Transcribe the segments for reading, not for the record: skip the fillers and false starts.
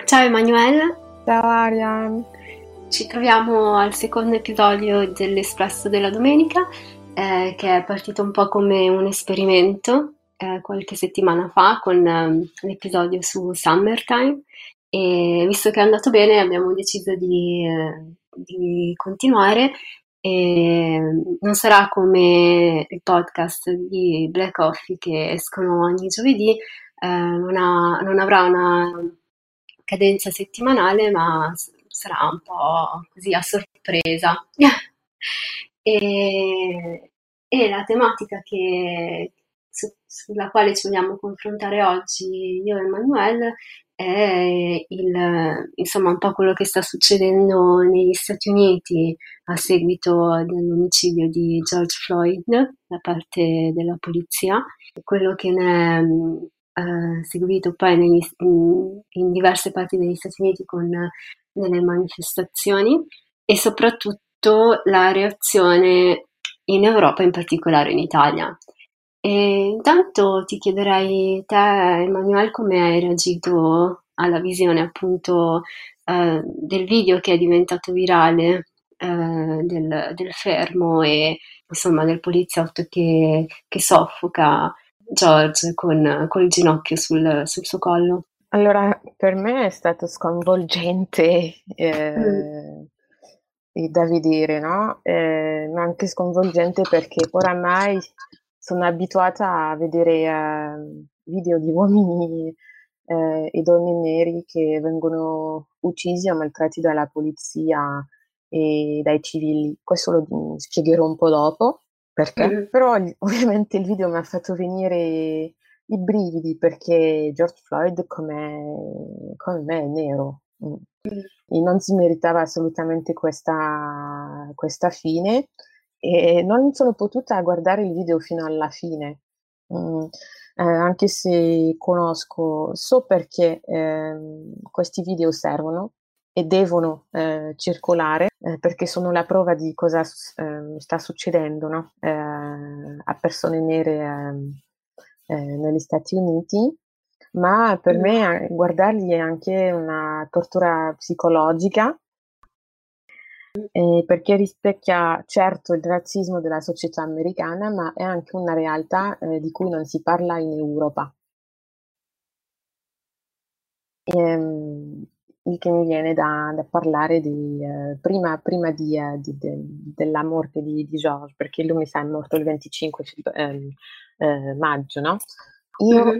Ciao Emanuele, Ciao Arian. ci troviamo al secondo episodio dell'Espresso della Domenica, che è partito un po' come un esperimento qualche settimana fa con l'episodio su Summertime e visto che è andato bene abbiamo deciso di continuare e non sarà come il podcast di Black Coffee che escono ogni giovedì, non avrà una cadenza settimanale, ma sarà un po' così a sorpresa. E, e la tematica sulla quale ci vogliamo confrontare oggi io e Emanuele è insomma, un po' quello che sta succedendo negli Stati Uniti a seguito dell'omicidio di George Floyd da parte della polizia, quello che ne è seguito poi in diverse parti degli Stati Uniti con delle manifestazioni e soprattutto la reazione in Europa, in particolare in Italia. E intanto ti chiederei te, Emanuele, come hai reagito alla visione appunto del video che è diventato virale del fermo e insomma del poliziotto che soffoca George col ginocchio sul suo collo. Allora, per me è stato sconvolgente Mm, da vedere, no? Ma anche sconvolgente perché oramai sono abituata a vedere video di uomini e donne neri che vengono uccisi o maltrattati dalla polizia e dai civili. Questo lo spiegherò un po' dopo perché, mm, però ovviamente il video mi ha fatto venire i brividi perché George Floyd come me è nero. mm, E non si meritava assolutamente questa fine e non sono potuta guardare il video fino alla fine. Mm, anche se so perché questi video servono e devono circolare perché sono la prova di cosa sta succedendo, no? A persone nere negli Stati Uniti, ma per mm. me guardarli è anche una tortura psicologica perché rispecchia certo il razzismo della società americana, ma è anche una realtà di cui non si parla in Europa. Ehm, il che mi viene da parlare prima della morte di George, perché lui mi sa è morto il 25 maggio, no? Io Mhm,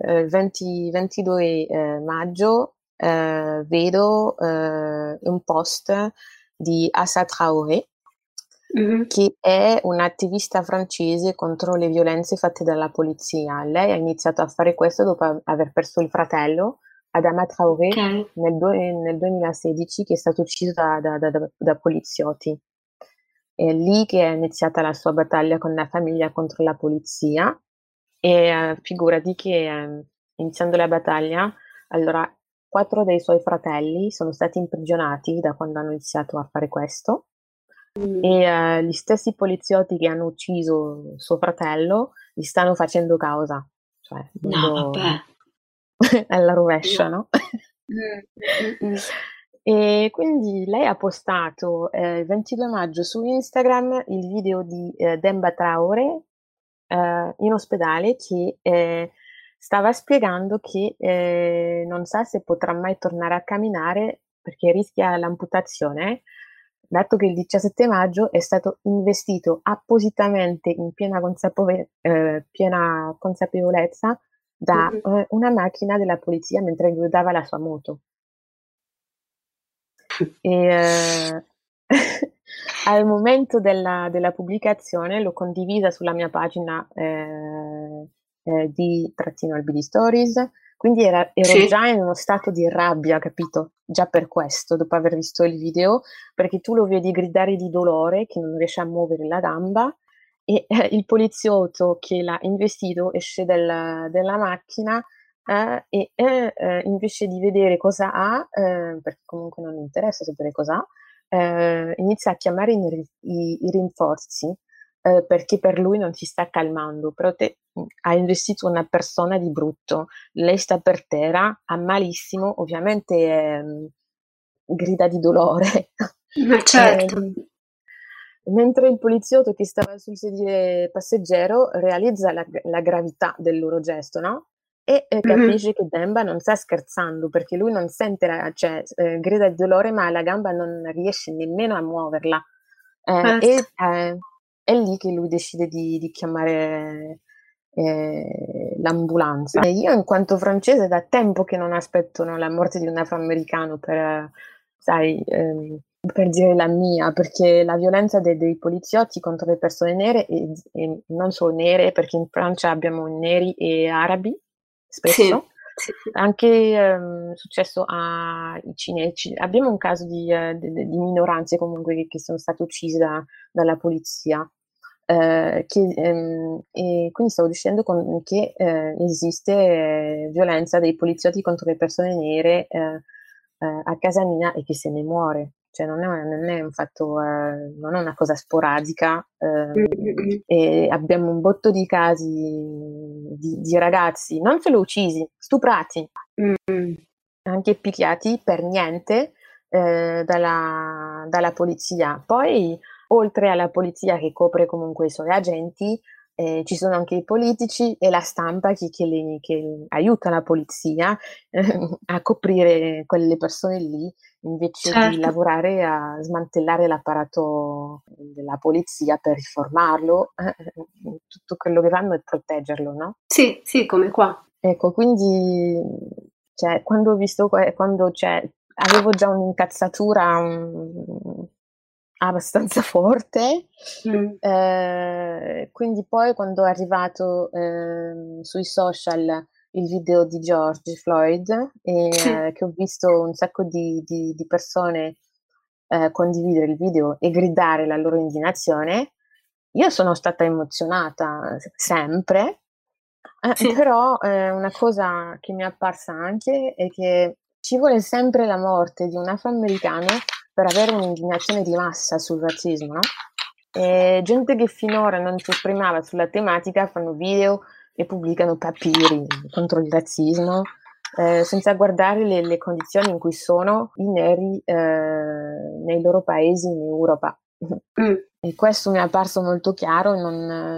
22 maggio vedo un post di Assa Traoré, mhm. che è un'attivista francese contro le violenze fatte dalla polizia. Lei ha iniziato a fare questo dopo aver perso il fratello, Adama Ok. Traoré, nel 2016, che è stato ucciso da poliziotti. È lì che è iniziata la sua battaglia con la famiglia contro la polizia e figurati che iniziando la battaglia, allora 4 dei suoi fratelli sono stati imprigionati da quando hanno iniziato a fare questo Mm. e gli stessi poliziotti che hanno ucciso suo fratello gli stanno facendo causa, cioè il No, vabbè. mondo alla No. rovescia, no? Mm, mm, mm. E quindi lei ha postato il 22 maggio su Instagram il video di Demba Traore in ospedale che stava spiegando che non sa se potrà mai tornare a camminare perché rischia l'amputazione, dato che il 17 maggio è stato investito appositamente in piena consapevolezza da Mm. una macchina della polizia mentre guidava la sua moto. E al momento della pubblicazione l'ho condivisa sulla mia pagina di trattino Albidi Stories, quindi ero Sì. già in uno stato di rabbia, capito? Già per questo, dopo aver visto il video, perché tu lo vedi gridare di dolore che non riesce a muovere la gamba e il poliziotto che l'ha investito esce della macchina invece di vedere cosa ha, perché comunque non mi interessa sapere cosa ha, inizia a chiamare i rinforzi perché per lui non si sta calmando. Però te ha investito una persona di brutto, lei sta per terra, ha malissimo, ovviamente grida di dolore. Ma certo. Mentre il poliziotto che stava sul sedile passeggero realizza la gravità del loro gesto, no? E Mhm. capisce che Demba non sta scherzando perché lui non sente, cioè grida di dolore, ma la gamba non riesce nemmeno a muoverla. Certo. È lì che lui decide di chiamare l'ambulanza. E io, in quanto francese, da tempo che non aspetto, no, la morte di un afroamericano per, sai, per dire la mia, perché la violenza dei poliziotti contro le persone nere, e non solo nere, perché in Francia abbiamo neri e arabi, Sì, spesso, sì, sì. anche successo ai cinesi. Abbiamo un caso di minoranze comunque che sono state uccise dalla polizia. E quindi stavo dicendo che esiste violenza dei poliziotti contro le persone nere a casa mia e che se ne muore. Cioè non è un fatto, non è una cosa sporadica. Mm, mm, mm. E abbiamo un botto di casi di ragazzi non solo uccisi, stuprati, Mm, mm. anche picchiati per niente dalla polizia. Poi, oltre alla polizia che copre comunque i suoi agenti, ci sono anche i politici e la stampa che aiuta la polizia a coprire quelle persone lì, invece di Certo. lavorare a smantellare l'apparato della polizia per riformarlo. Tutto quello che fanno è proteggerlo, no? Sì, sì, come qua. Ecco, quindi, cioè, quando ho visto, quando, cioè, avevo già un'incazzatura abbastanza forte, Mm. quindi poi quando è arrivato sui social il video di George Floyd, Sì, che ho visto un sacco di persone condividere il video e gridare la loro indignazione, io sono stata emozionata sempre, sì. però una cosa che mi è apparsa anche è che ci vuole sempre la morte di un afroamericano per avere un'indignazione di massa sul razzismo, no? E gente che finora non si esprimeva sulla tematica fanno video e pubblicano papiri contro il razzismo, senza guardare le condizioni in cui sono i neri nei loro paesi in Europa. Mm. E questo mi è apparso molto chiaro e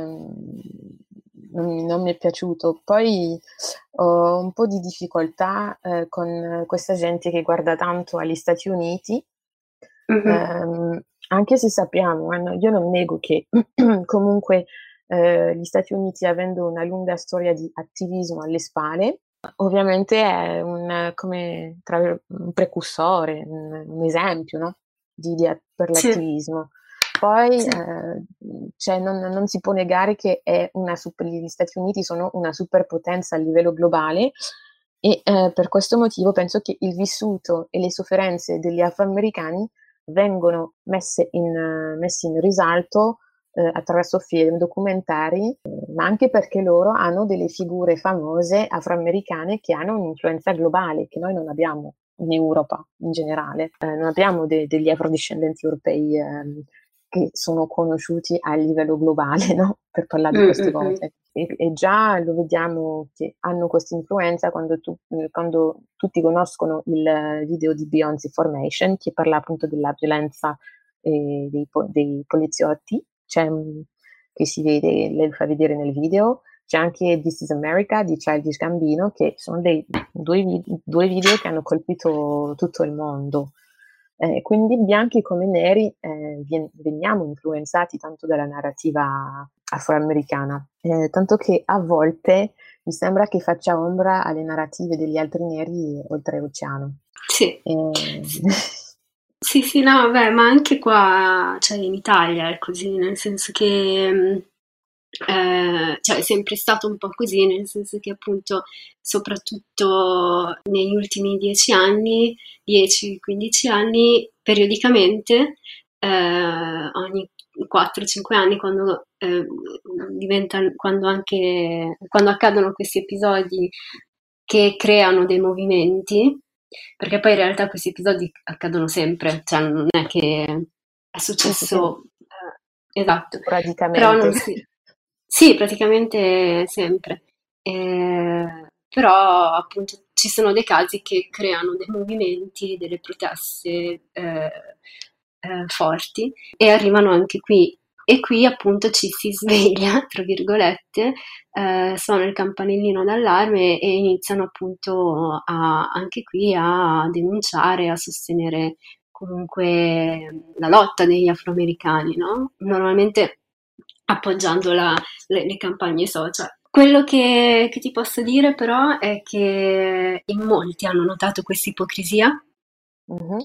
non mi è piaciuto. Poi ho un po' di difficoltà con questa gente che guarda tanto agli Stati Uniti, Mhm. anche se sappiamo, io non nego che comunque gli Stati Uniti, avendo una lunga storia di attivismo alle spalle, ovviamente è un precursore, un esempio, no? Per Sì, l'attivismo. Poi sì. cioè, non si può negare che gli Stati Uniti sono una superpotenza a livello globale e per questo motivo penso che il vissuto e le sofferenze degli afroamericani vengono messi in risalto attraverso film, documentari, ma anche perché loro hanno delle figure famose afroamericane che hanno un'influenza globale che noi non abbiamo in Europa in generale. Non abbiamo degli afrodiscendenti europei che sono conosciuti a livello globale, no? Per parlare di Mm, queste mm, mm. cose. E già lo vediamo che hanno questa influenza quando tutti conoscono il video di Beyoncé Formation, che parla appunto della violenza dei poliziotti, che lei fa vedere nel video. C'è anche This is America di Childish Gambino, che sono due video che hanno colpito tutto il mondo. Quindi bianchi come neri veniamo influenzati tanto dalla narrativa afroamericana, tanto che a volte mi sembra che faccia ombra alle narrative degli altri neri oltreoceano. Sì. Eh, Sì. Sì, sì, no, vabbè, ma anche qua, cioè in Italia è così, nel senso che, cioè è sempre stato un po' così, nel senso che appunto, soprattutto negli ultimi 10 anni, 10-15 anni, periodicamente, ogni 4-5 anni, quando accadono questi episodi che creano dei movimenti, perché poi in realtà questi episodi accadono sempre, cioè non è che è sì, sì, sì, successo, esatto, però non sporadicamente. si, Sì, praticamente sempre. Però appunto ci sono dei casi che creano dei movimenti, delle proteste forti e arrivano anche qui. E qui appunto ci si sveglia, tra virgolette, suona il campanellino d'allarme e iniziano appunto anche qui a denunciare, a sostenere comunque la lotta degli afroamericani, no? Normalmente appoggiando le campagne social. Quello che ti posso dire però è che in molti hanno notato questa ipocrisia Mhm.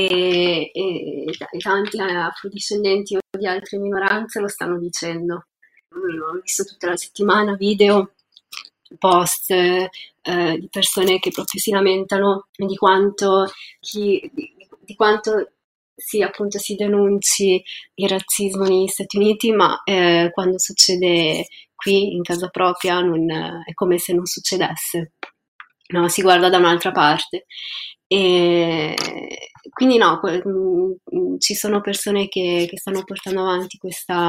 e tanti afrodiscendenti o di altre minoranze lo stanno dicendo. Ho visto tutta la settimana video, post di persone che proprio si lamentano di quanto, di quanto appunto si denunci il razzismo negli Stati Uniti, ma quando succede qui in casa propria è come se non succedesse, no? Si guarda da un'altra parte. E quindi no, ci sono persone che stanno portando avanti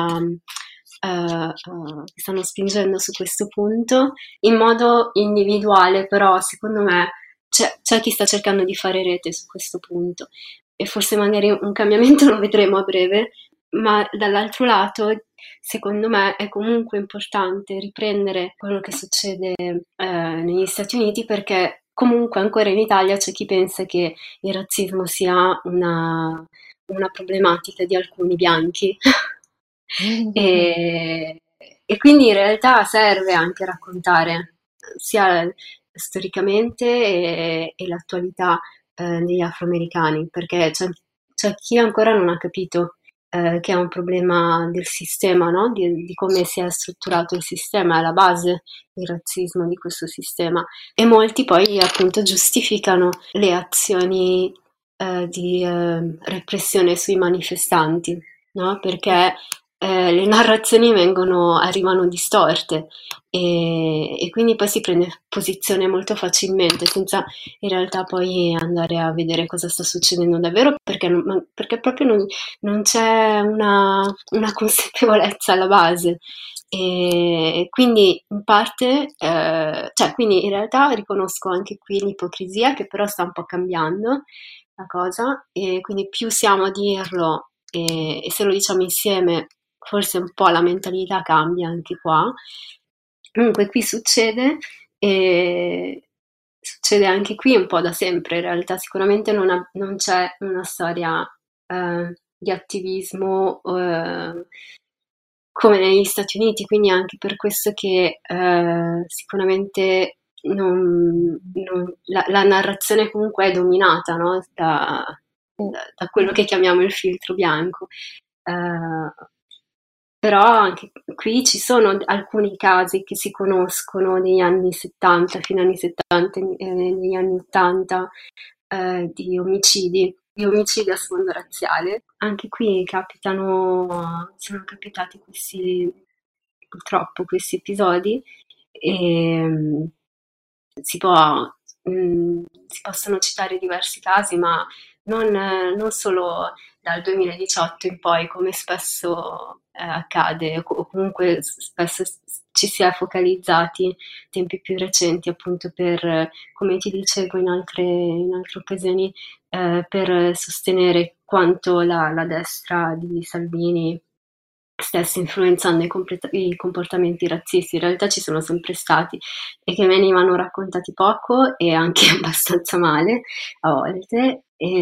che stanno spingendo su questo punto in modo individuale, però secondo me c'è chi sta cercando di fare rete su questo punto e forse magari un cambiamento lo vedremo a breve, ma dall'altro lato secondo me è comunque importante riprendere quello che succede negli Stati Uniti perché comunque ancora in Italia c'è chi pensa che il razzismo sia una problematica di alcuni bianchi. E, e quindi in realtà serve anche raccontare sia storicamente e l'attualità degli afroamericani, perché c'è chi ancora non ha capito che è un problema del sistema, no? Di come si è strutturato il sistema, è alla base il razzismo di questo sistema. E molti poi appunto giustificano le azioni di repressione sui manifestanti, no? Perché le narrazioni arrivano distorte e quindi poi si prende posizione molto facilmente senza in realtà poi andare a vedere cosa sta succedendo davvero perché, perché proprio non c'è una consapevolezza alla base. E quindi in parte, cioè quindi in realtà riconosco anche qui l'ipocrisia che però sta un po' cambiando la cosa e quindi più siamo a dirlo e se lo diciamo insieme forse un po' la mentalità cambia anche qua. Comunque qui succede e succede anche qui un po' da sempre in realtà, sicuramente non c'è una storia di attivismo come negli Stati Uniti, quindi anche per questo che sicuramente la narrazione comunque è dominata, no? Da quello che chiamiamo il filtro bianco. Eh, Però anche qui ci sono alcuni casi che si conoscono negli anni 70, fino agli anni 70, negli anni 80, di omicidi a sfondo razziale. Anche qui sono capitati purtroppo questi episodi e si può, si possono citare diversi casi, ma non solo dal 2018 in poi, come spesso accade, o comunque spesso ci si è focalizzati tempi più recenti, appunto per, come ti dicevo in altre occasioni, per sostenere quanto la destra di Salvini stesse influenzando i comportamenti razzisti. In realtà ci sono sempre stati e che venivano raccontati poco e anche abbastanza male a volte. E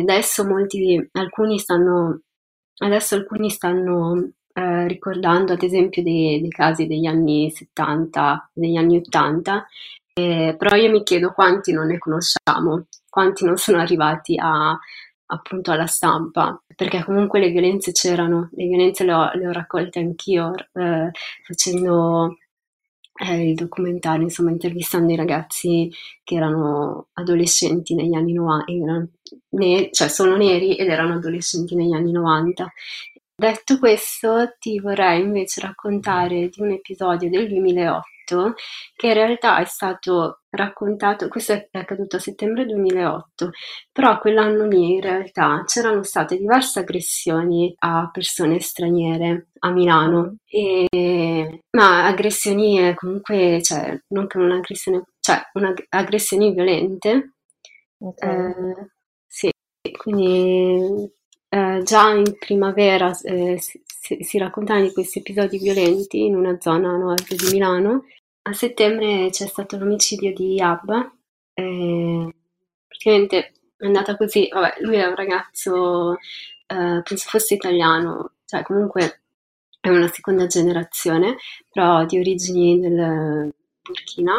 adesso alcuni stanno ricordando ad esempio dei casi degli anni 70, degli anni 80, però io mi chiedo quanti non ne conosciamo, quanti non sono arrivati appunto alla stampa, perché comunque le violenze c'erano, le violenze le ho raccolte anch'io facendo il documentario, insomma, intervistando i ragazzi che erano adolescenti negli anni 90, cioè sono neri ed erano adolescenti negli anni 90. Detto questo, ti vorrei invece raccontare di un episodio del 2008 fatto che in realtà è stato raccontato, questo è accaduto a settembre 2008, però quell'anno lì in realtà c'erano state diverse aggressioni a persone straniere a Milano, Mhm. ma aggressioni comunque, cioè, non che un'aggressione, cioè aggressioni violente. Ok. Sì, quindi già in primavera si raccontavano di questi episodi violenti in una zona a nord di Milano. A settembre c'è stato l'omicidio di Abba, praticamente è andata così, vabbè, lui è un ragazzo, penso fosse italiano, cioè comunque è una seconda generazione, però di origini del Burkina,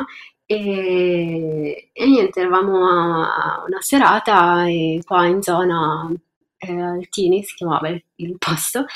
e niente, eravamo a una serata e qua in zona Altini si chiamava il posto,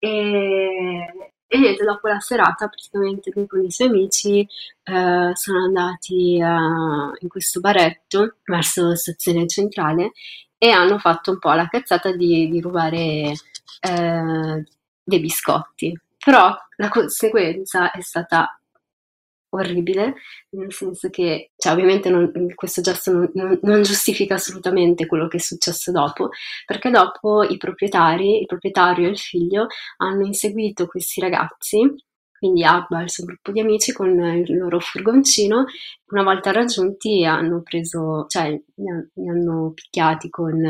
e niente, dopo la serata praticamente lui con i suoi amici sono andati in questo baretto verso stazione centrale e hanno fatto un po' la cazzata di rubare dei biscotti. Però la conseguenza è stata orribile, nel senso che, cioè, ovviamente questo gesto non giustifica assolutamente quello che è successo dopo, perché dopo il proprietario e il figlio, hanno inseguito questi ragazzi, quindi Abba e il suo gruppo di amici con il loro furgoncino. Una volta raggiunti hanno preso, cioè li hanno picchiati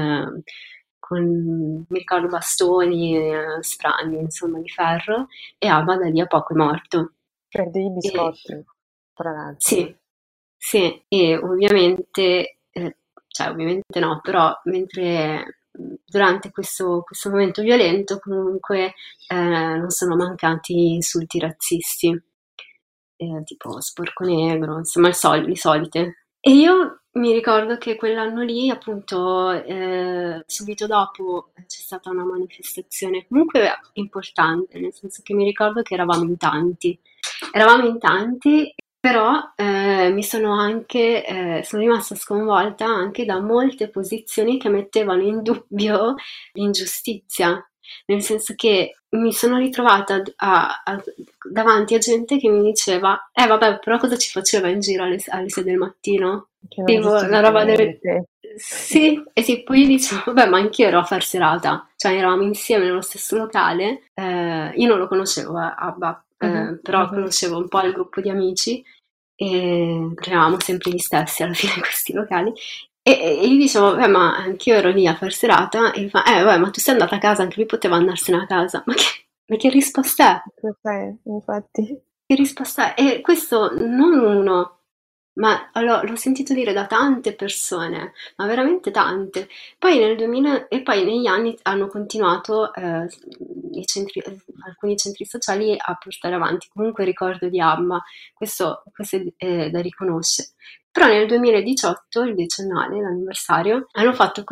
con, mi ricordo, bastoni, spranghi, insomma, di ferro, e Abba da lì a poco è morto. Per dei E, biscotti, tra l'altro. sì, sì, e ovviamente, cioè ovviamente no, però mentre durante questo momento violento comunque non sono mancati insulti razzisti, tipo sporco negro, insomma le solite. E io mi ricordo che quell'anno lì, appunto, subito dopo c'è stata una manifestazione comunque importante, nel senso che mi ricordo che eravamo in tanti, però mi sono anche, sono rimasta sconvolta anche da molte posizioni che mettevano in dubbio l'ingiustizia, nel senso che mi sono ritrovata davanti a gente che mi diceva, vabbè, però cosa ci faceva in giro alle 6 del mattino? Che non Tipo, la giustifica roba delle... niente. Sì, e sì, poi io dicevo, vabbè, ma anch'io ero a far serata, cioè eravamo insieme nello stesso locale, io non lo conoscevo, Abba, Mhm, però mhm. conoscevo un po' il gruppo di amici, e eravamo sempre gli stessi alla fine in questi locali, e gli dicevo, ma anch'io ero lì a far serata, e mi fa, vabbè, ma tu sei andata a casa, anche lui poteva andarsene a casa, ma che risposta è? Cos'è, infatti? Che risposta è? E questo non uno, ma allora, l'ho sentito dire da tante persone, ma veramente tante. Poi nel 2000, e poi negli anni hanno continuato alcuni centri sociali a portare avanti comunque il ricordo di Amma, questo è da riconoscere. Però nel 2018, il decennale, l'anniversario, hanno fatto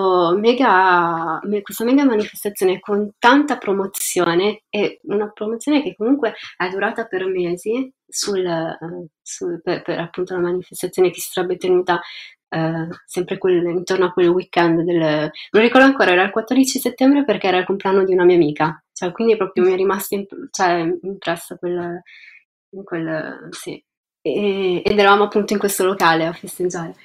questa mega manifestazione con tanta promozione, e una promozione che comunque è durata per mesi per appunto la manifestazione che si sarebbe tenuta sempre intorno a quel weekend me lo ricordo ancora, era il 14 settembre perché era il compleanno di una mia amica, cioè quindi proprio mi è rimasta cioè, impressa sì. Ed eravamo appunto in questo locale a festeggiare.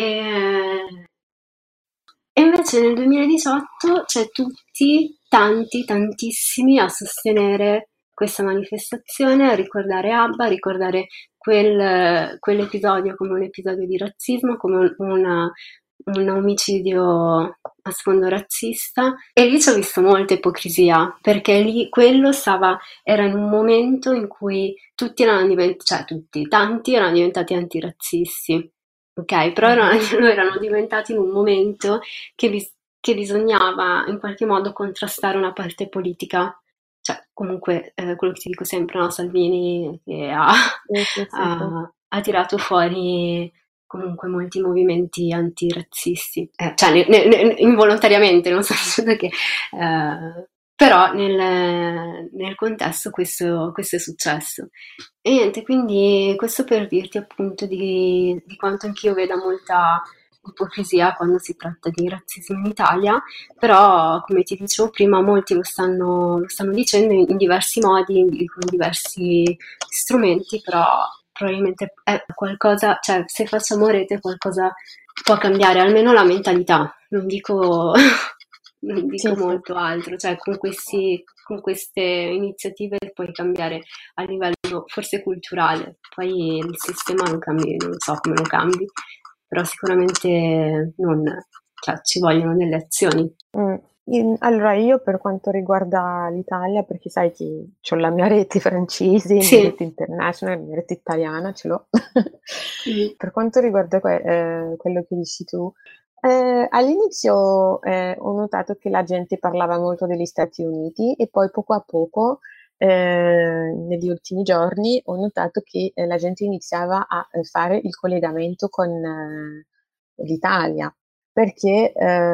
E invece nel 2018 c'è tutti, tanti, tantissimi a sostenere questa manifestazione, a ricordare Abba, a ricordare quell'episodio come un episodio di razzismo, come un omicidio a sfondo razzista. E lì ci ho visto molta ipocrisia, perché lì era in un momento in cui tutti erano diventati, cioè tutti, tanti erano diventati antirazzisti. Ok, però Mhm. lo erano diventati in un momento che bisognava in qualche modo contrastare una parte politica. Cioè, comunque, quello che ti dico sempre, no? Salvini che Sì, sì, sì, sì. ha tirato fuori comunque molti movimenti antirazzisti. Cioè, involontariamente, non sto dicendo che... però nel contesto questo è successo. E niente, quindi questo per dirti appunto di quanto anch'io veda molta ipocrisia quando si tratta di razzismo in Italia, però come ti dicevo prima molti lo stanno dicendo in diversi modi, con diversi strumenti, però probabilmente è qualcosa, cioè se facciamo rete qualcosa può cambiare, almeno la mentalità, non dico, non dico Sì, sì. molto altro, cioè con queste iniziative puoi cambiare a livello forse culturale, poi il sistema lo cambi, non so come lo cambi, però sicuramente non, cioè, ci vogliono delle azioni. Mm. Allora, io per quanto riguarda l'Italia, perché sai che ho la mia rete francese, la mia Sì. rete internazionale, la mia rete italiana, ce l'ho. Mm. Per quanto riguarda quello che dici tu, all'inizio ho notato che la gente parlava molto degli Stati Uniti e poi poco a poco, negli ultimi giorni, ho notato che la gente iniziava a fare il collegamento con l'Italia perché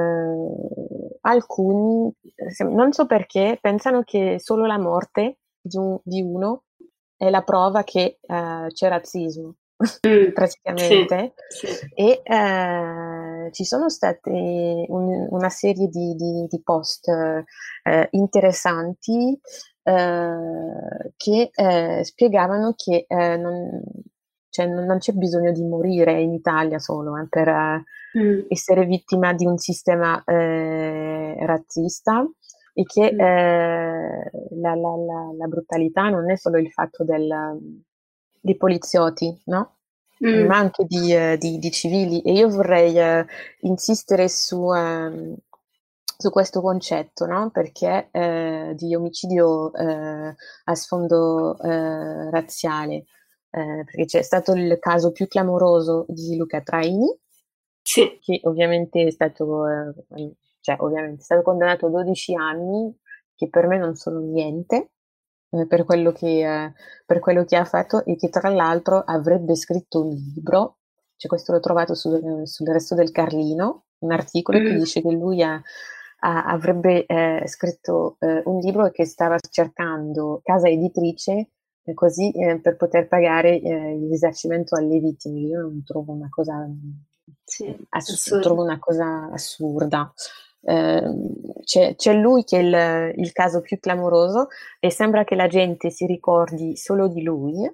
alcuni, non so perché, pensano che solo la morte di uno è la prova che c'è razzismo, Sì, praticamente. sì. E ci sono state una serie di post interessanti che spiegavano che cioè, non c'è bisogno di morire in Italia solo per Mm, essere vittima di un sistema razzista e che mm, la brutalità non è solo il fatto dei poliziotti, no? mm, Ma anche di civili. E io vorrei insistere su questo concetto, no? Perché di omicidio a sfondo razziale, perché c'è stato il caso più clamoroso di Luca Traini, sì. che ovviamente è stato, cioè, ovviamente è stato condannato a 12 anni, che per me non sono niente, per quello che ha fatto e che tra l'altro avrebbe scritto un libro, cioè questo l'ho trovato sul Resto del Carlino, un articolo che Mm, dice che lui avrebbe scritto un libro e che stava cercando casa editrice così per poter pagare il risarcimento alle vittime. Io non trovo una cosa, sì, trovo assurdo. una cosa assurda. C'è lui che è il caso più clamoroso e sembra che la gente si ricordi solo di lui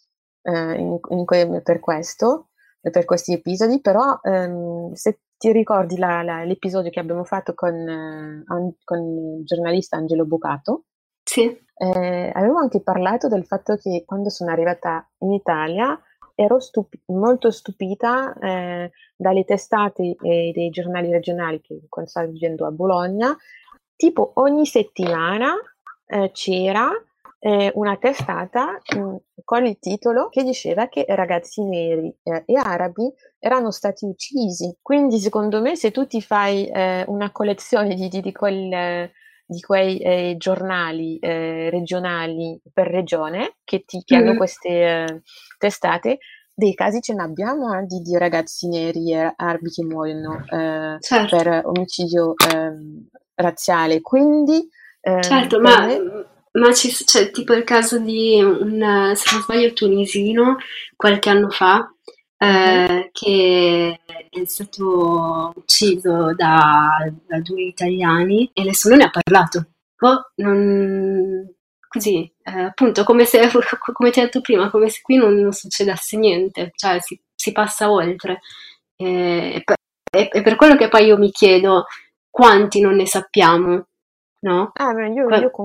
per questi episodi, però se ti ricordi l'episodio che abbiamo fatto con il giornalista Angelo Bucato, Sì. avevo anche parlato del fatto che quando sono arrivata in Italia ero molto stupita dalle testate e dei giornali regionali che quando stavo vivendo a Bologna, tipo ogni settimana c'era una testata con il titolo che diceva che ragazzi neri e arabi erano stati uccisi. Quindi secondo me se tu ti fai una collezione di quei giornali regionali per regione che hanno Mm, queste testate, dei casi ce ne abbiamo di ragazzi neri e arabi che muoiono certo. per omicidio razziale. Quindi Certo, per me. ma c'è tipo il caso di un, se non sbaglio, tunisino qualche anno fa Mhm. che è stato ucciso da due italiani e nessuno ne ha parlato. Boh, così, appunto, come se, come ti ho detto prima, come se qui non succedesse niente, cioè si passa oltre. E, è per quello che poi io mi chiedo quanti non ne sappiamo, no? Ah, ma io Que-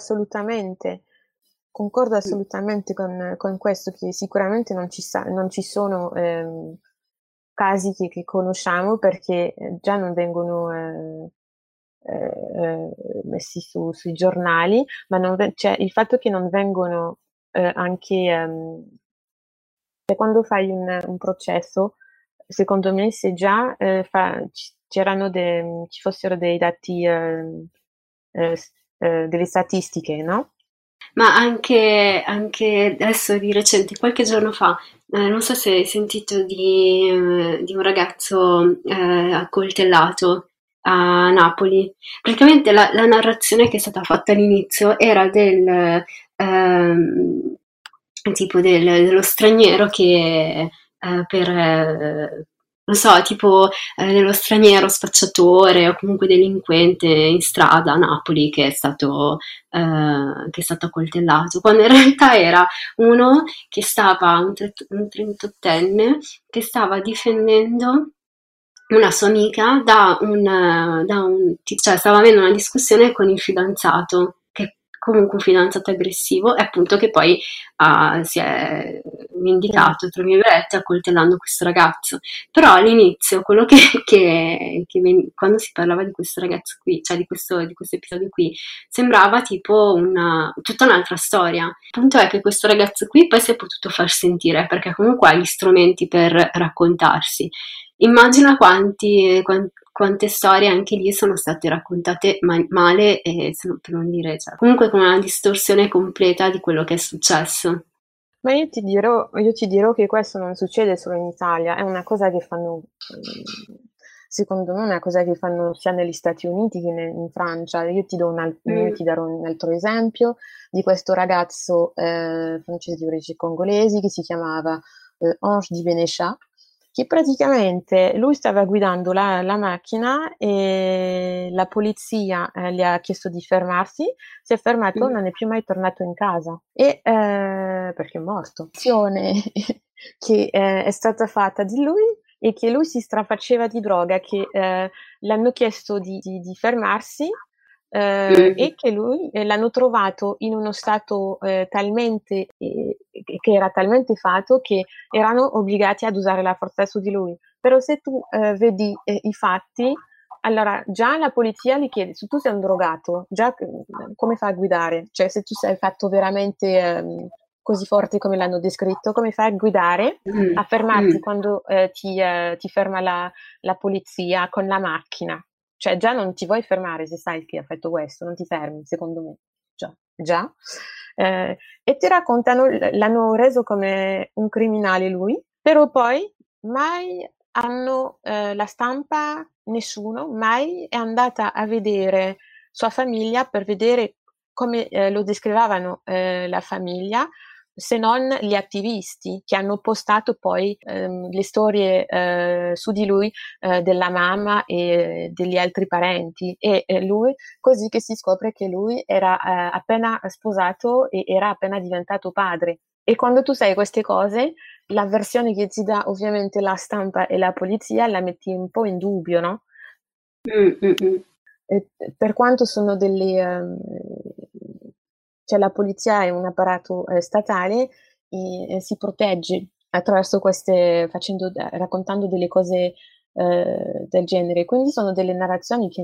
concordo assolutamente con questo, che sicuramente non ci sono casi che conosciamo perché già non vengono messi sui giornali, ma cioè, il fatto che non vengono anche, cioè, quando fai un processo, secondo me se già ci fossero dei dati, delle statistiche, no? Ma anche adesso di recente, qualche giorno fa, non so se hai sentito di un ragazzo accoltellato a Napoli. Praticamente la narrazione che è stata fatta all'inizio era ehm, dello straniero che per non so, tipo dello straniero spacciatore o comunque delinquente in strada a Napoli che è stato accoltellato, quando in realtà era uno che stava, un 38enne, che stava difendendo una sua amica cioè stava avendo una discussione con il fidanzato, che è comunque un fidanzato aggressivo, e appunto che poi si è Sì. vendicato, tra virgolette, accoltellando questo ragazzo. Però all'inizio, quello quando si parlava di questo ragazzo qui, cioè di questo episodio qui, sembrava tipo tutta un'altra storia. Il punto è che questo ragazzo qui poi si è potuto far sentire perché comunque ha gli strumenti per raccontarsi. Immagina quante storie anche lì sono state raccontate male e per non dire, cioè, comunque con una distorsione completa di quello che è successo. Ma io ti dirò che questo non succede solo in Italia, è una cosa che fanno, secondo me, è una cosa che fanno sia negli Stati Uniti che in Francia. Io Mm, ti darò un altro esempio di questo ragazzo francese di origini congolesi che si chiamava Ange di Benéchat, che praticamente lui stava guidando la macchina e la polizia gli ha chiesto di fermarsi, si è fermato, mm, non è più mai tornato in casa e perché è morto. L'azione che è stata fatta di lui e che lui si strafaceva di droga, che l'hanno chiesto di fermarsi mm, e che lui l'hanno trovato in uno stato che era talmente fatto che erano obbligati ad usare la forza su di lui. Però se tu vedi i fatti, allora già la polizia gli chiede se tu sei un drogato, già come fai a guidare? Cioè se tu sei fatto veramente così forte come l'hanno descritto, come fai a guidare? mm, A fermarti mm, quando ti ferma la polizia con la macchina. Cioè già non ti vuoi fermare se sai che ha fatto questo, non ti fermi, secondo me. Già, già. E ti raccontano, l'hanno reso come un criminale lui, però poi mai la stampa, nessuno, mai è andata a vedere sua famiglia per vedere come lo descrivevano la famiglia, se non gli attivisti che hanno postato poi le storie su di lui della mamma e degli altri parenti e lui così che si scopre che lui era appena sposato e era appena diventato padre. E quando tu sai queste cose, la versione che ti dà ovviamente la stampa e la polizia la metti un po' in dubbio, no? mm, mm, mm. Per quanto sono cioè la polizia è un apparato statale e si protegge attraverso raccontando delle cose del genere. Quindi sono delle narrazioni che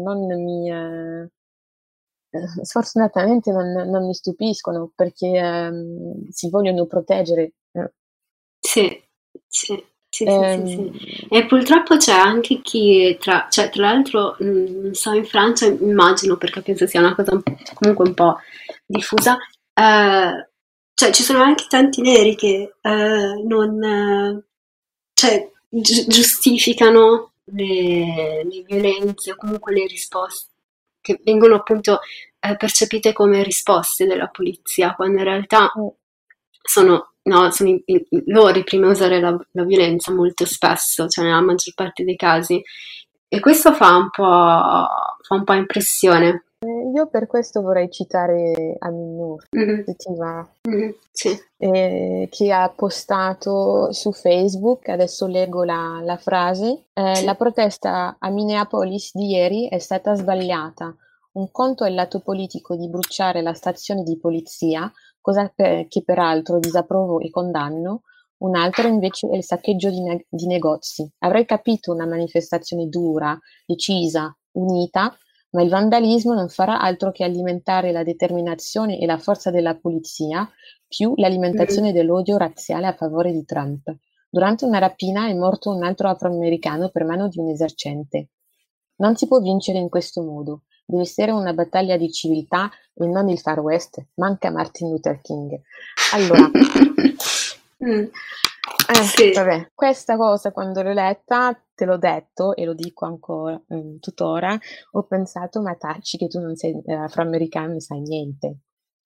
sfortunatamente non mi stupiscono perché si vogliono proteggere. Sì, sì, sì, sì, sì, sì. Ehm, E purtroppo c'è anche chi, cioè, tra l'altro, non so, in Francia immagino, perché penso sia una cosa comunque un po' diffusa, cioè ci sono anche tanti neri che non, cioè, giustificano le violenze o comunque le risposte che vengono appunto percepite come risposte della polizia, quando in realtà mm, sono loro i primi a usare la violenza molto spesso, cioè nella maggior parte dei casi. E questo fa un po' impressione. io per questo vorrei citare Amin Noor, Mhm, se ti va. sì, Che ha postato su Facebook, adesso leggo la frase, la sì. protesta a Minneapolis di ieri è stata sbagliata. Un conto è il lato politico di bruciare la stazione di polizia, che peraltro disapprovo e condanno, un altro invece è il saccheggio di negozi. Avrei capito una manifestazione dura, decisa, unita, ma il vandalismo non farà altro che alimentare la determinazione e la forza della polizia più Mm, l'alimentazione dell'odio razziale a favore di Trump. Durante una rapina è morto un altro afroamericano per mano di un esercente. Non si può vincere in questo modo. Deve essere una battaglia di civiltà e non il Far West. Manca Martin Luther King. Allora, mm, sì. vabbè, questa cosa quando l'ho letta, te l'ho detto e lo dico ancora tuttora, ho pensato, ma tacci che tu non sei afroamericano, non sai niente.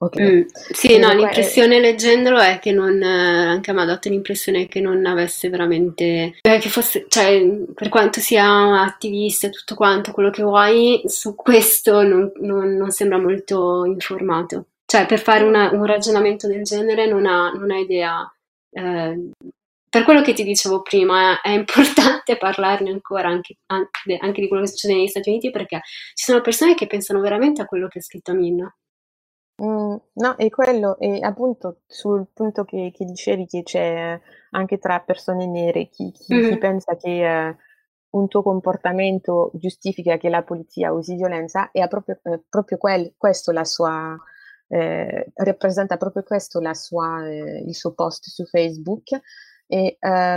Ok. Sì, no, Ed l'impressione leggendolo è che non, anche a me ha dato l'impressione che non avesse veramente, che fosse, cioè, per quanto sia attivista e tutto quanto, quello che vuoi, su questo non sembra molto informato. Cioè, per fare no, un ragionamento del genere non ha idea. eh, per quello che ti dicevo prima, è importante parlarne ancora anche di quello che succede negli Stati Uniti, perché ci sono persone che pensano veramente a quello che ha scritto Minna. no, è quello, e appunto sul punto che dicevi che c'è anche tra persone nere chi Mhm. pensa che un tuo comportamento giustifica che la polizia usi violenza, e ha proprio questo la sua, rappresenta proprio questo il suo post su Facebook. E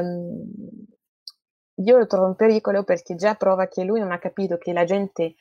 io lo trovo un pericolo perché già prova che lui non ha capito che la gente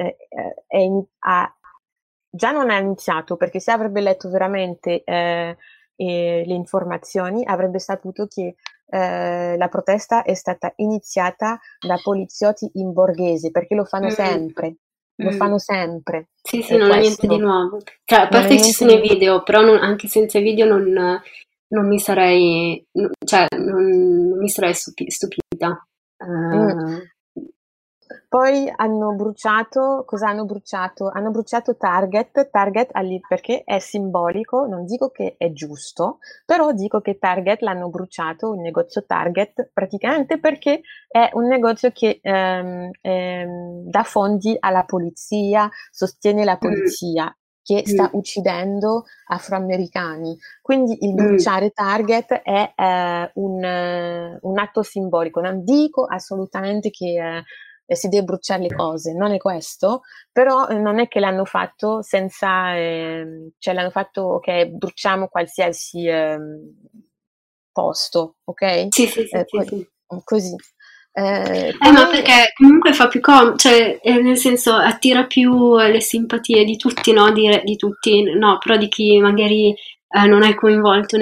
già non ha iniziato, perché se avrebbe letto veramente le informazioni avrebbe saputo che la protesta è stata iniziata da poliziotti in borghese, perché Mm, lo mm. fanno sempre, Sì, sì, non è niente di questo, nuovo. Cioè, a non è parte che ci niente sono i di... video, però anche senza i video non mi sarei, cioè, non mi sarei stupita. Mm. Eh, Poi hanno bruciato, cosa hanno bruciato? Hanno bruciato Target perché è simbolico, non dico che è giusto, però dico che Target l'hanno bruciato, il negozio Target, praticamente perché è un negozio che dà fondi alla polizia, sostiene la mm, polizia che sta mm, uccidendo afroamericani. Quindi il mm, bruciare Target è un atto simbolico. Non dico assolutamente che si deve bruciare le cose, non è questo, però non è che l'hanno fatto senza, cioè l'hanno fatto, ok, bruciamo qualsiasi posto, ok? sì, sì, sì, sì, sì. Così. Ma Poi, perché comunque fa più comodo, cioè, nel senso attira più le simpatie di tutti, no? Di tutti, no, però di chi magari non è coinvolto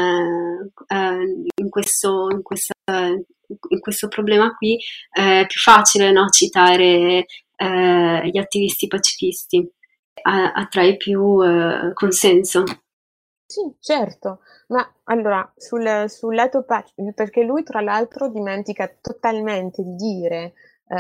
in questo problema qui, è più facile, no? Citare gli attivisti pacifisti, attrae più consenso. sì, certo, ma allora sul lato perché lui tra l'altro dimentica totalmente di dire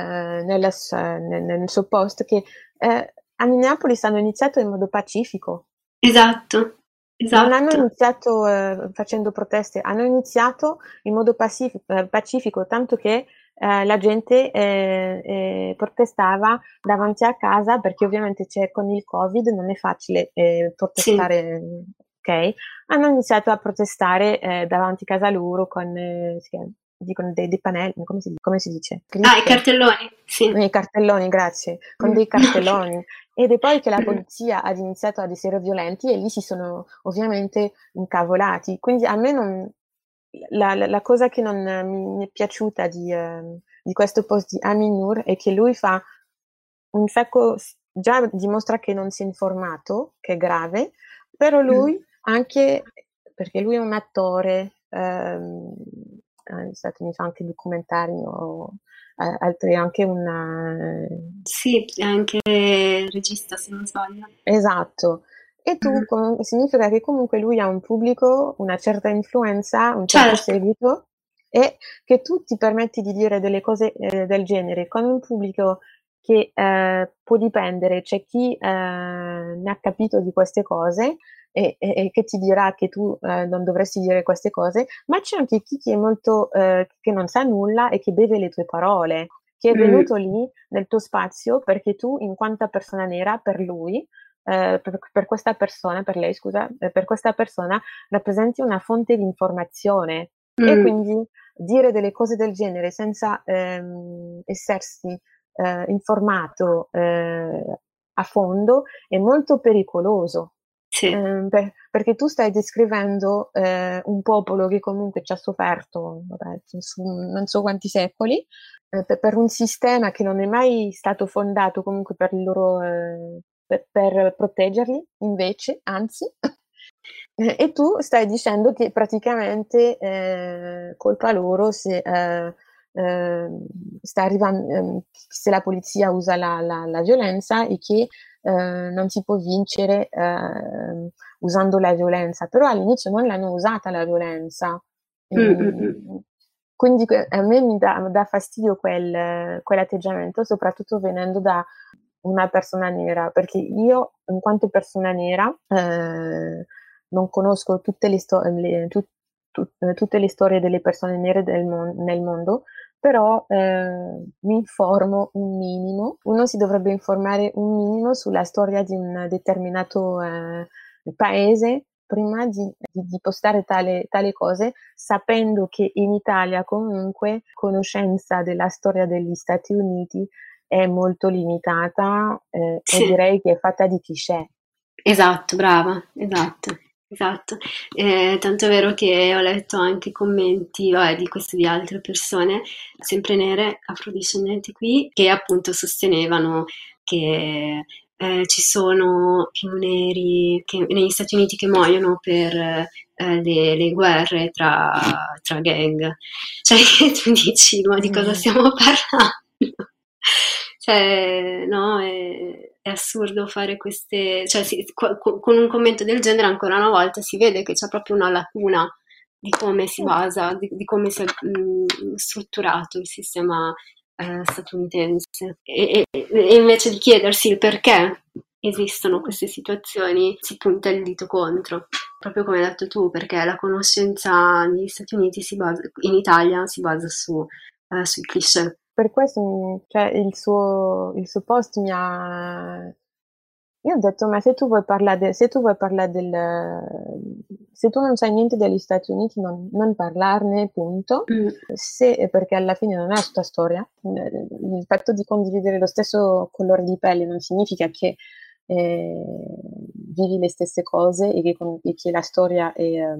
nel suo post che a Minneapolis hanno iniziato in modo pacifico. Esatto, Non hanno esatto. iniziato facendo proteste, hanno iniziato in modo pacifico, tanto che la gente protestava davanti a casa, perché ovviamente con il Covid non è facile Sì. protestare, ok? Hanno iniziato a protestare davanti a casa loro con, dicono dei pannelli, come si dice? Ah, i Scritte. cartelloni, sì. Cartelloni, grazie, con Mm. dei cartelloni. Ed è poi che la Mm. polizia ha iniziato ad essere violenti e lì si sono ovviamente incavolati. Quindi a me non, la cosa che non mi è piaciuta di questo post di Amin Noor è che lui fa un sacco, già dimostra che non si è informato, che è grave, però Mm. lui anche, perché lui è un attore, mi fa anche documentari o altri, anche una... Sì, è anche regista se non sbaglio. Esatto. E tu Mm. significa che comunque lui ha un pubblico, una certa influenza, un certo Certo. seguito, e che tu ti permetti di dire delle cose del genere con un pubblico che può dipendere, c'è chi ne ha capito di queste cose e che ti dirà che tu non dovresti dire queste cose, ma c'è anche chi è molto, che non sa nulla e che beve le tue parole, che è Mm. venuto lì nel tuo spazio perché tu, in quanto persona nera, per lui, per questa persona, per lei, scusa, per questa persona rappresenti una fonte di informazione, e Mm. quindi dire delle cose del genere senza essersi informato a fondo è molto pericoloso. Sì. Perché tu stai descrivendo un popolo che comunque ci ha sofferto, vabbè, non so quanti secoli, per un sistema che non è mai stato fondato comunque per il loro, per proteggerli, invece, anzi, e tu stai dicendo che praticamente colpa loro se sta arrivando, se la polizia usa la violenza e che non si può vincere usando la violenza, però all'inizio non l'hanno usata la violenza. Quindi a me mi dà fastidio quell'atteggiamento, soprattutto venendo da una persona nera, perché io, in quanto persona nera, non conosco tutte le storie delle persone nere nel mondo, però mi informo un minimo. Uno si dovrebbe informare un minimo sulla storia di un determinato paese prima di postare tale cose, sapendo che in Italia comunque conoscenza della storia degli Stati Uniti è molto limitata e direi che è fatta di cliché. Esatto, brava, esatto, esatto. Tanto è vero che ho letto anche commenti, vabbè, di questo e di altre persone, sempre nere, afrodiscendenti qui, che appunto sostenevano che ci sono più neri negli Stati Uniti che muoiono per le guerre tra gang. Cioè, che tu dici, ma di cosa stiamo parlando? Cioè, no, è assurdo fare queste... Cioè, con un commento del genere ancora una volta si vede che c'è proprio una lacuna di come si basa, di come si è strutturato il sistema statunitense. E invece di chiedersi il perché esistono queste situazioni, si punta il dito contro. Proprio come hai detto tu, perché la conoscenza negli Stati Uniti in Italia si basa sui cliché. Per questo, cioè, il suo post mi ha... Io ho detto, ma se tu vuoi parlare se tu non sai niente degli Stati Uniti, non parlarne, punto. Perché alla fine non è la tua storia. Il fatto di condividere lo stesso colore di pelle non significa che vivi le stesse cose e che la storia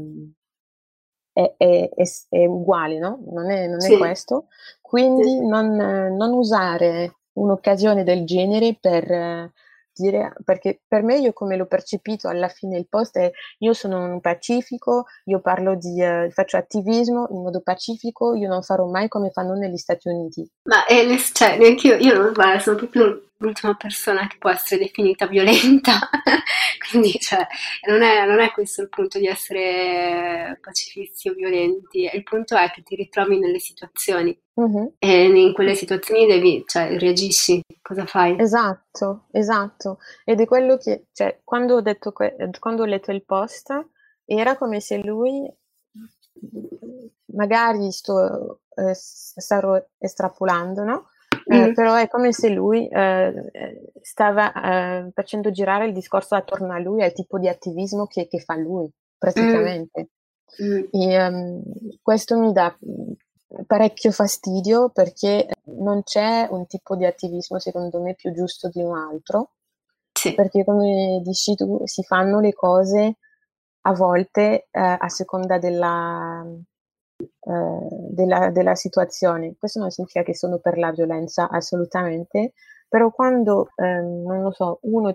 è uguale, no? Non è Sì, questo. Quindi sì. non usare un'occasione del genere per dire, perché per me, io come l'ho percepito alla fine il post è: io sono un pacifico, io parlo faccio attivismo in modo pacifico, io non farò mai come fanno negli Stati Uniti. Ma cioè, neanche io non guarda, sono proprio l'ultima persona che può essere definita violenta, quindi cioè, non è questo il punto di essere pacifisti o violenti, il punto è che ti ritrovi nelle situazioni Mhm. e in quelle situazioni cioè, reagisci, cosa fai? Esatto, esatto. Ed è quello che, cioè, quando ho letto il post, era come se lui, magari starò estrapolando, no? Mm, Però è come se lui stava facendo girare il discorso attorno a lui, al tipo di attivismo che fa lui, mm, praticamente. mm, E questo mi dà parecchio fastidio, perché non c'è un tipo di attivismo, secondo me, più giusto di un altro, sì, perché come dici tu, si fanno le cose a volte a seconda della situazione. Questo non significa che sono per la violenza, assolutamente, però quando, non lo so, uno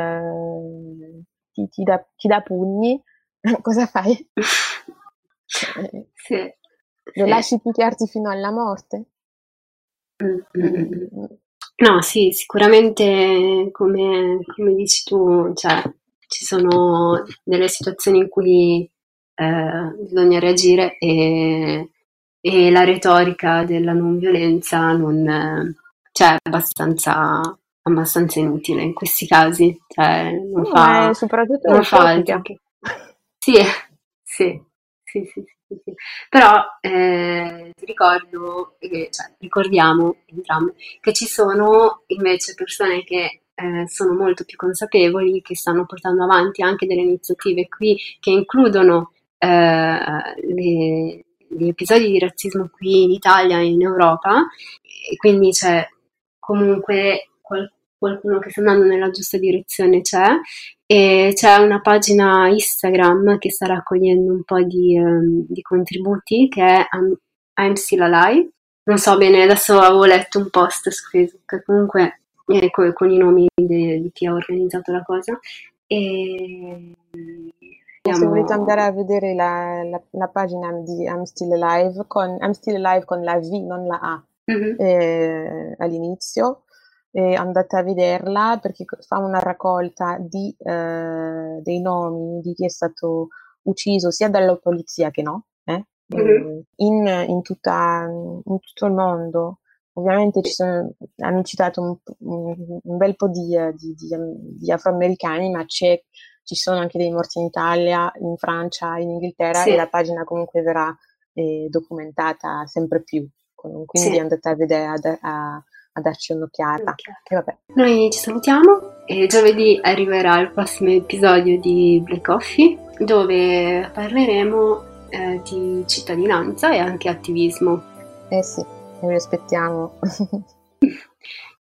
ti dà pugni, cosa fai? Cioè, sì, lo sì. lasci picchiarti fino alla morte? Mm, mm, mm, mm. Mm, No, sì, sicuramente come dici tu, cioè, ci sono delle situazioni in cui bisogna reagire e la retorica della non violenza cioè, è abbastanza inutile in questi casi, cioè, non no, ma è fa, soprattutto non fa altro utopica. che... Sì, sì, sì, sì, sì, sì. Però ti ricordo, cioè, ricordiamo entrambi che ci sono invece persone che sono molto più consapevoli, che stanno portando avanti anche delle iniziative qui che includono gli episodi di razzismo qui in Italia e in Europa, e quindi c'è comunque qualcuno che sta andando nella giusta direzione c'è. E c'è una pagina Instagram che sta raccogliendo un po' di contributi che è I'm Still Alive. Non so bene, adesso avevo letto un post su Facebook, comunque con i nomi di chi ha organizzato la cosa. E, Se volete Abbiamo... andare a vedere la pagina di I'm Still Alive con la V, non la A, Mhm, all'inizio, andate a vederla perché fa una raccolta dei nomi di chi è stato ucciso sia dalla polizia che no, mhm, in tutto il mondo. Ovviamente hanno citato un bel po' di afroamericani, ma ci sono anche dei morti in Italia, in Francia, in Inghilterra, sì, e la pagina comunque verrà documentata sempre più. Quindi sì. andate a vedere, a darci un'occhiata. E Occhiata. vabbè, Noi ci salutiamo e giovedì arriverà il prossimo episodio di Black Coffee dove parleremo di cittadinanza e anche attivismo. eh sì, e vi aspettiamo.